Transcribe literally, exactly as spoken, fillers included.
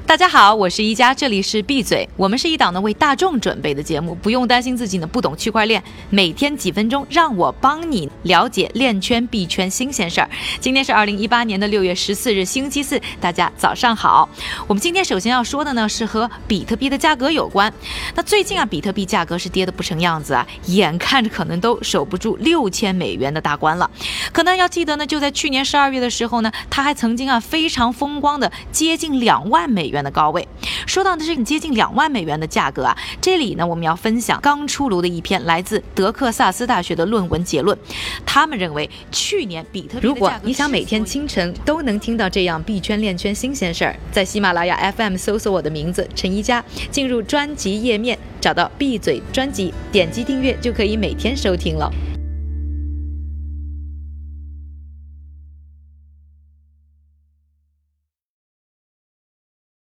大家好，我是一加，这里是闭嘴。我们是一档呢为大众准备的节目，不用担心自己呢不懂区块链，每天几分钟，让我帮你了解链圈币圈新鲜事儿。今天是二零一八年的六月十四日，星期四，大家早上好。我们今天首先要说的呢是和比特币的价格有关。那最近啊，比特币价格是跌得不成样子啊，眼看着可能都守不住六千美元的大关了。可能要记得呢，就在去年十二月的时候呢，它还曾经啊非常风光的接近两万美元的高位。说到的是接近两万美元的价格啊，这里呢我们要分享刚出炉的一篇来自德克萨斯大学的论文结论。他们认为去年比特币的价格，如果你想每天清晨都能听到这样币圈链圈新鲜事儿，在喜马拉雅 F M 搜索我的名字陈一佳，进入专辑页面找到闭嘴专辑，点击订阅就可以每天收听了。